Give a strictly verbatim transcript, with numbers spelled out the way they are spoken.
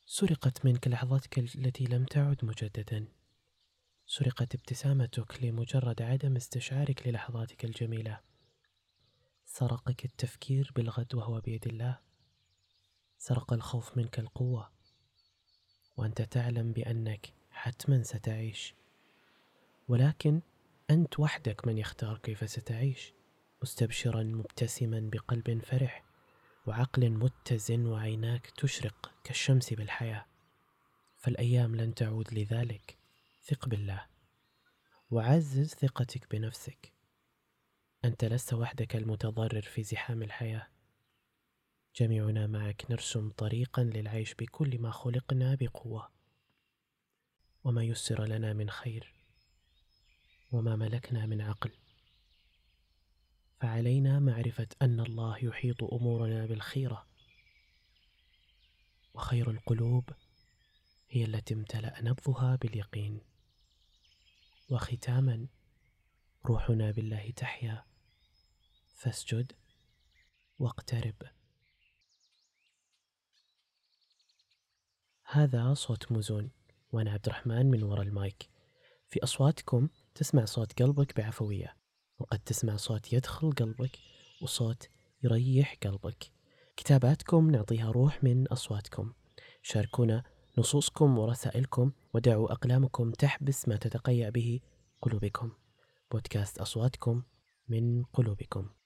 سرقت منك لحظاتك التي لم تعد مجددا. سرقت ابتسامتك لمجرد عدم استشعارك للحظاتك الجميلة. سرقك التفكير بالغد وهو بيد الله. سرق الخوف منك القوة، وأنت تعلم بأنك حتما ستعيش، ولكن أنت وحدك من يختار كيف ستعيش، مستبشرا مبتسما بقلب فرح وعقل متزن وعيناك تشرق كالشمس بالحياة. فالأيام لن تعود لذلك. ثق بالله وعزز ثقتك بنفسك. أنت لست وحدك المتضرر في زحام الحياة. جميعنا معك نرسم طريقا للعيش بكل ما خلقنا بقوة، وما يسر لنا من خير، وما ملكنا من عقل. فعلينا معرفة أن الله يحيط أمورنا بالخيرة، وخير القلوب هي التي امتلأ نبضها باليقين. وختاما، روحنا بالله تحيا، فاسجد واقترب. هذا صوت موزون، وأنا عبد الرحمن من وراء المايك. في أصواتكم تسمع صوت قلبك بعفوية، وقد تسمع صوت يدخل قلبك وصوت يريح قلبك. كتاباتكم نعطيها روح من أصواتكم. شاركونا نصوصكم ورسائلكم، ودعوا أقلامكم تحبس ما تتقيأ به قلوبكم. بودكاست أصواتكم من قلوبكم.